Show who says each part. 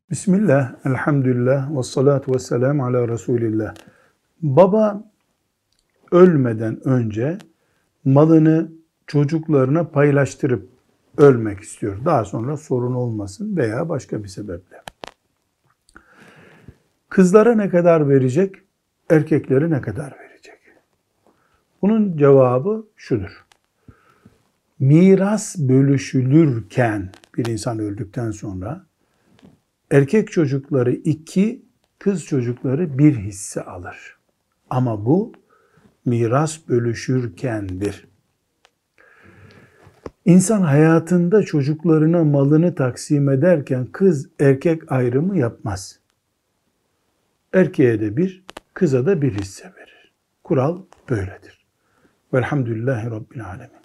Speaker 1: Bismillah, elhamdülillah, ve salatu ve selamu ala Resulillah. Baba ölmeden önce malını çocuklarına paylaştırıp ölmek istiyor. Daha sonra sorun olmasın veya başka bir sebeple. Kızlara ne kadar verecek, erkeklere ne kadar verecek? Bunun cevabı şudur. Miras bölüşülürken bir insan öldükten sonra erkek çocukları 2, kız çocukları 1 hisse alır. Ama bu miras bölüşürkendir. İnsan hayatında çocuklarına malını taksim ederken kız erkek ayrımı yapmaz. Erkeğe de 1, kıza da 1 hisse verir. Kural böyledir. Velhamdülillahi Rabbil Alemin.